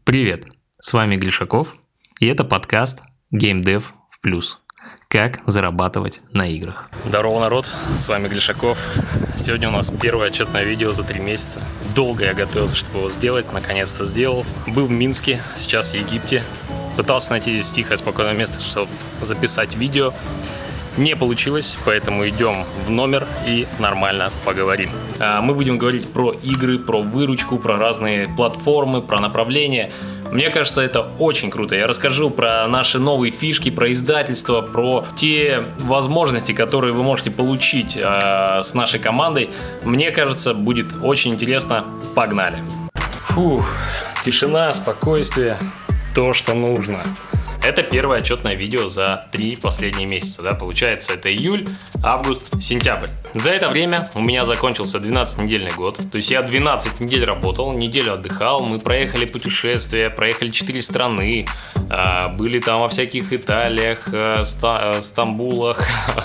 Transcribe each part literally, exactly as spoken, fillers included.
Привет, с вами Глишаков, и это подкаст GameDev в плюс. Как зарабатывать на играх. Здорово, народ, с вами Глишаков. Сегодня у нас первое отчетное видео за три месяца. Долго я готовился, чтобы его сделать, наконец-то сделал. Был в Минске, сейчас в Египте. Пытался найти здесь тихое, спокойное место, чтобы записать видео. Не получилось, поэтому идем в номер и нормально поговорим. Мы будем говорить про игры, про выручку, про разные платформы, про направления. Мне кажется, это очень круто. Я расскажу про наши новые фишки, про издательство, про те возможности, которые вы можете получить э, с нашей командой. Мне кажется, будет очень интересно. Погнали! Фух, тишина, спокойствие, то, что нужно. Это первое отчетное видео за три последние месяца, да, получается, это июль, август, сентябрь. За это время у меня закончился двенадцатинедельный год, то есть я двенадцать недель работал, неделю отдыхал, мы проехали путешествия, проехали четыре страны, были там во всяких Италиях, Стамбулах,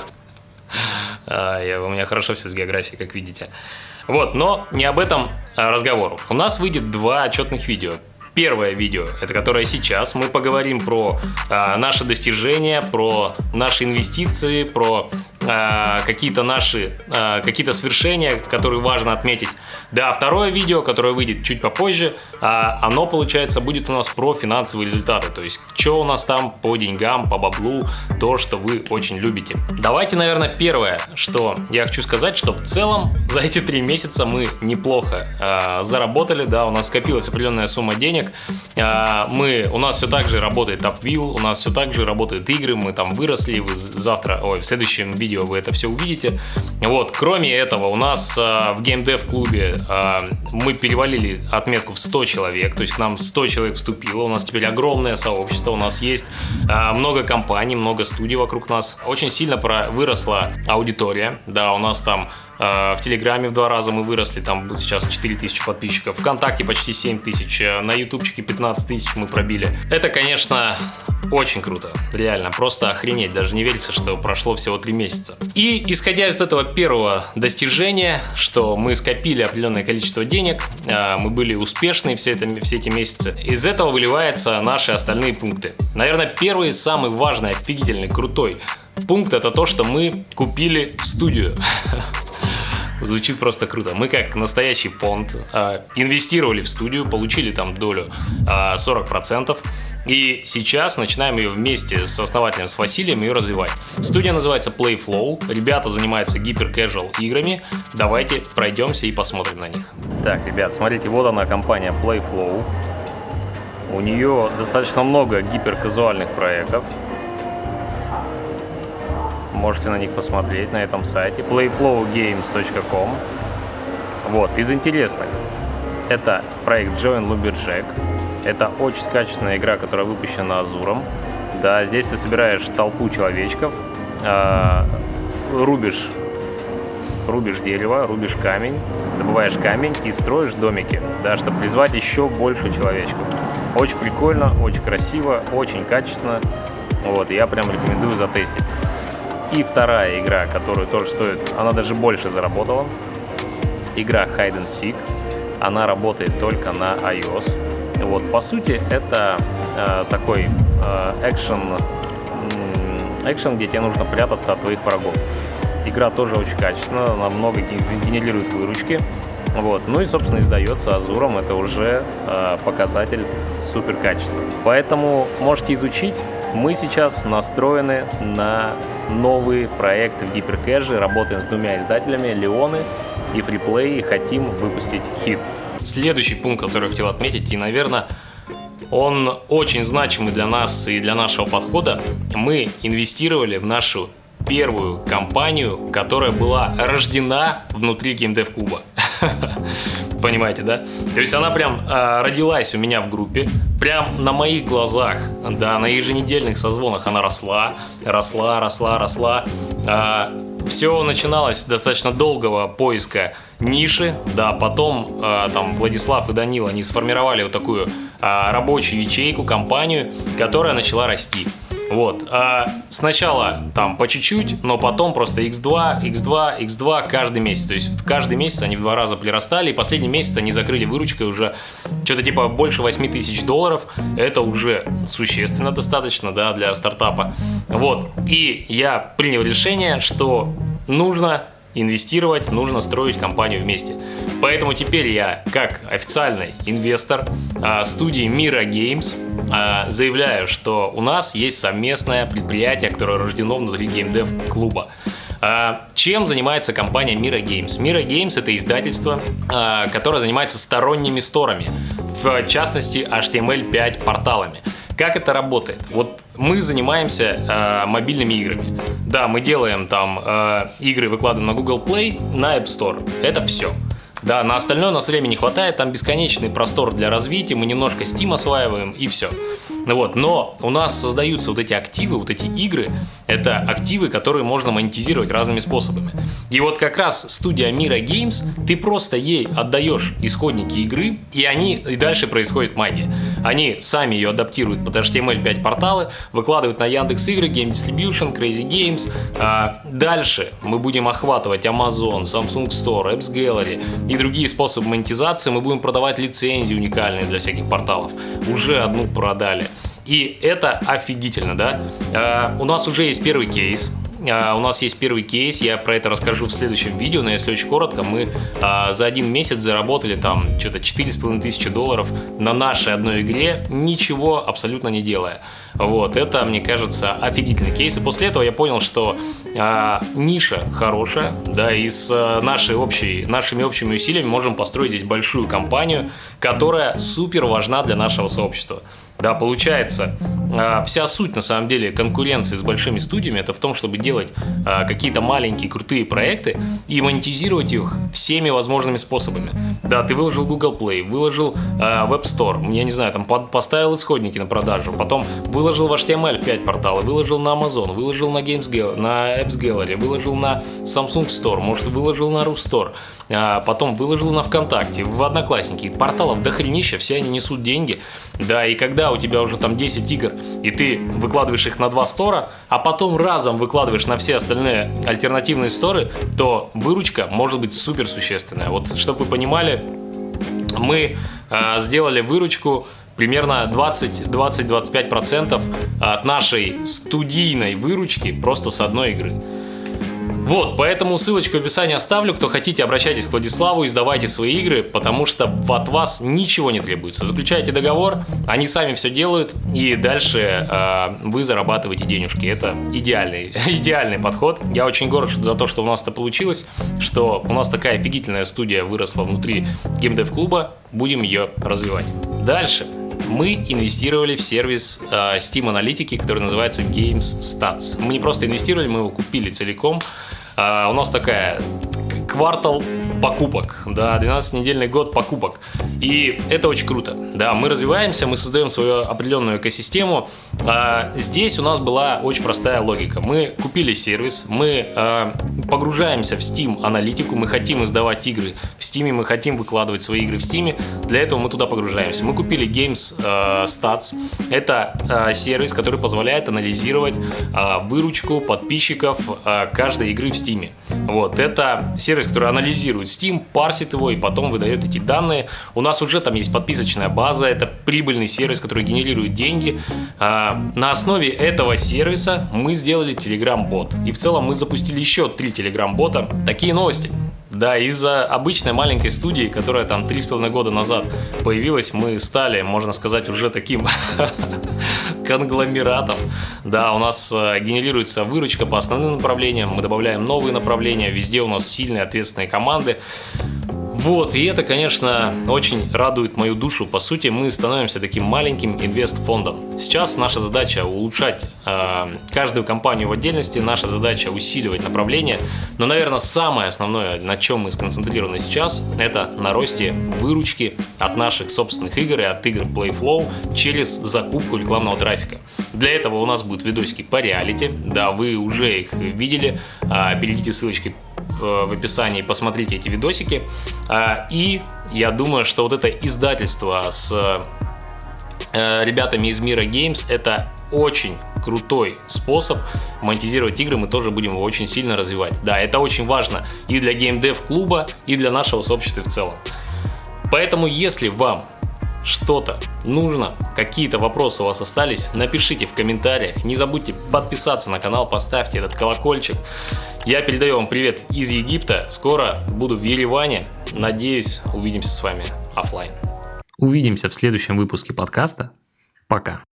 у меня хорошо все с географией, как видите. Вот, но не об этом разговор. У нас выйдет два отчетных видео. Первое видео, это которое сейчас, мы поговорим про э, наши достижения, про наши инвестиции, про э, какие-то наши, э, какие-то свершения, которые важно отметить. Да, второе видео, которое выйдет чуть попозже, э, оно, получается, будет у нас про финансовые результаты, то есть, что у нас там по деньгам, по баблу, то, что вы очень любите. Давайте, наверное, первое, что я хочу сказать, что в целом за эти три месяца мы неплохо э, заработали, да, у нас скопилась определенная сумма денег. Мы, у нас все так же работает Upville, у нас все так же работают игры, мы там выросли, вы завтра, ой, в следующем видео вы это все увидите. Вот, кроме этого, у нас в GameDev клубе мы перевалили отметку в сто человек, то есть к нам сто человек вступило, у нас теперь огромное сообщество, у нас есть много компаний, много студий вокруг нас, очень сильно выросла аудитория, да, у нас там в Телеграме в два раза мы выросли, там сейчас четыре тысячи подписчиков, ВКонтакте почти семь тысяч, на Ютубчике пятнадцать тысяч мы пробили. Это, конечно, очень круто, реально, просто охренеть, даже не верится, что прошло всего три месяца. И исходя из этого первого достижения, что мы скопили определенное количество денег, мы были успешны все, это, все эти месяцы, из этого выливаются наши остальные пункты. Наверное, первый, самый важный, офигительный, крутой пункт — это то, что мы купили студию. Звучит просто круто. Мы как настоящий фонд э, инвестировали в студию, получили там долю э, сорок процентов. И сейчас начинаем ее вместе с основателем, с Василием, ее развивать. Студия называется Playflow. Ребята занимаются гипер-кэжуал играми. Давайте пройдемся и посмотрим на них. Так, ребят, смотрите, вот она, компания Playflow. У нее достаточно много гипер-казуальных проектов. Можете на них посмотреть на этом сайте playflow games точка ком. Вот, из интересных это проект Join Lumberjack. Это очень качественная игра, которая выпущена Азуром. Да, здесь ты собираешь толпу человечков, э, рубишь, рубишь дерево, рубишь камень, добываешь камень и строишь домики, да, чтобы призвать еще больше человечков. Очень прикольно, очень красиво, очень качественно. Вот, я прям рекомендую затестить. И вторая игра, которую тоже стоит, она даже больше заработала. Игра Hide and Seek. Она работает только на iOS. Вот, по сути, это э, такой э, экшен, экшен, где тебе нужно прятаться от твоих врагов. Игра тоже очень качественная, она много генерирует выручки. Вот. Ну и, собственно, издается Азуром. Это уже э, показатель супер качества. Поэтому можете изучить. Мы сейчас настроены на новые проекты в гиперкэже, работаем с двумя издателями, Леоны и Freeplay, и хотим выпустить хит. Следующий пункт, который я хотел отметить, и, наверное, он очень значимый для нас и для нашего подхода. Мы инвестировали в нашу первую компанию, которая была рождена внутри GameDev клуба. Понимаете, да? То есть она прям э, родилась у меня в группе, прям на моих глазах, да, на еженедельных созвонах она росла, росла, росла, росла. Э, все начиналось с достаточно долгого поиска ниши, да, потом э, там Владислав и Данила, они сформировали вот такую э, рабочую ячейку, компанию, которая начала расти. Вот. А сначала там по чуть-чуть, но потом просто икс два, икс два, икс два каждый месяц. То есть каждый месяц они в два раза прирастали, и последний месяц они закрыли выручкой уже что-то типа больше восемь тысяч долларов. Это уже существенно достаточно, да, для стартапа. Вот. И я принял решение, что нужно инвестировать, нужно строить компанию вместе. Поэтому теперь я, как официальный инвестор а, студии Mira Games, а, заявляю, что у нас есть совместное предприятие, которое рождено внутри геймдев-клуба. А, чем занимается компания Mira Games? Mira Games — это издательство, а, которое занимается сторонними сторами, в частности эйч ти эм эль пять порталами. Как это работает? Вот мы занимаемся э, мобильными играми. Да, мы делаем там э, игры, выкладываем на Google Play, на App Store. Это все. Да, на остальное у нас времени не хватает, там бесконечный простор для развития, мы немножко Steam осваиваем и все. Вот. Но у нас создаются вот эти активы, вот эти игры, это активы, которые можно монетизировать разными способами. И вот как раз студия Mira Games, ты просто ей отдаешь исходники игры, и они, и дальше происходит магия. Они сами ее адаптируют под эйч ти эм эль пять порталы, выкладывают на Яндекс.Игры, Game Distribution, Crazy Games. А дальше мы будем охватывать Amazon, Samsung Store, Apps Gallery и другие способы монетизации. Мы будем продавать лицензии уникальные для всяких порталов. Уже одну продали. И это офигительно, да? А, у нас уже есть первый кейс. Uh, у нас есть первый кейс, я про это расскажу в следующем видео, но если очень коротко, мы uh, за один месяц заработали там что-то четыре с половиной тысячи долларов на нашей одной игре, ничего абсолютно не делая. Вот, это, мне кажется, офигительный кейс. И после этого я понял, что uh, ниша хорошая, да, и с uh, нашей общей, нашими общими усилиями можем построить здесь большую компанию, которая супер важна для нашего сообщества. Да, получается, вся суть, на самом деле, конкуренции с большими студиями — это в том, чтобы делать какие-то маленькие крутые проекты и монетизировать их всеми возможными способами. Да, ты выложил Google Play, выложил в App Store, я не знаю, там поставил исходники на продажу, потом выложил в эйч ти эм эль пять порталы, выложил на Amazon, выложил на Games Gallery, на Apps Gallery, выложил на Samsung Store, может, выложил на Рустор, потом выложил на ВКонтакте, в Одноклассники. Порталов дохренища, все они несут деньги. Да, и когда у тебя уже там десять игр, и ты выкладываешь их на два стора, а потом разом выкладываешь на все остальные альтернативные сторы, то выручка может быть супер существенная. Вот, чтобы вы понимали, мы э, сделали выручку примерно двадцать-двадцать пять процентов от нашей студийной выручки просто с одной игры. Вот, поэтому ссылочку в описании оставлю. Кто хотите, обращайтесь к Владиславу и сдавайте свои игры, потому что от вас ничего не требуется. Заключайте договор, они сами все делают, и дальше э, вы зарабатываете денежки. Это идеальный, идеальный подход. Я очень горд за то, что у нас это получилось, что у нас такая офигительная студия выросла внутри геймдев-клуба. Будем ее развивать. Дальше. Мы инвестировали в сервис э, Steam аналитики, который называется Games Stats. Мы не просто инвестировали, мы его купили целиком. Э, у нас такая квартал покупок, да, двенадцатинедельный год покупок. И это очень круто. Да, мы развиваемся, мы создаем свою определенную экосистему. А здесь у нас была очень простая логика. Мы купили сервис, мы а, погружаемся в Steam аналитику, мы хотим издавать игры в Steam, мы хотим выкладывать свои игры в Steam. Для этого мы туда погружаемся. Мы купили Games а, Stats. Это а, сервис, который позволяет анализировать а, выручку подписчиков а, каждой игры в Steam. Вот, это сервис, который анализирует Steam, парсит его и потом выдает эти данные. У нас уже там есть подписочная база, это прибыльный сервис, который генерирует деньги. На основе этого сервиса мы сделали Telegram-бот. И в целом мы запустили еще три Telegram-бота. Такие новости. Да, из-за обычной маленькой студии, которая там три с половиной года назад появилась, мы стали, можно сказать, уже таким конгломератом. Да, у нас генерируется выручка по основным направлениям, мы добавляем новые направления, везде у нас сильные ответственные команды. Вот, и это, конечно, очень радует мою душу. По сути, мы становимся таким маленьким инвестфондом. Сейчас наша задача улучшать э, каждую компанию в отдельности, наша задача усиливать направление. Но, наверное, самое основное, на чем мы сконцентрированы сейчас, это на росте выручки от наших собственных игр и от игр Playflow через закупку рекламного трафика. Для этого у нас будут видосики по реалити. Да, вы уже их видели. Э, перейдите ссылочки в описании, посмотрите эти видосики. И я думаю, что вот это издательство с ребятами из Mira Games — это очень крутой способ монетизировать игры, мы тоже будем его очень сильно развивать. Да, это очень важно и для геймдев-клуба, и для нашего сообщества в целом. Поэтому, если вам что-то нужно, какие-то вопросы у вас остались, напишите в комментариях. Не забудьте подписаться на канал, поставьте этот колокольчик. Я передаю вам привет из Египта. Скоро буду в Ереване. Надеюсь, увидимся с вами офлайн. Увидимся в следующем выпуске подкаста. Пока.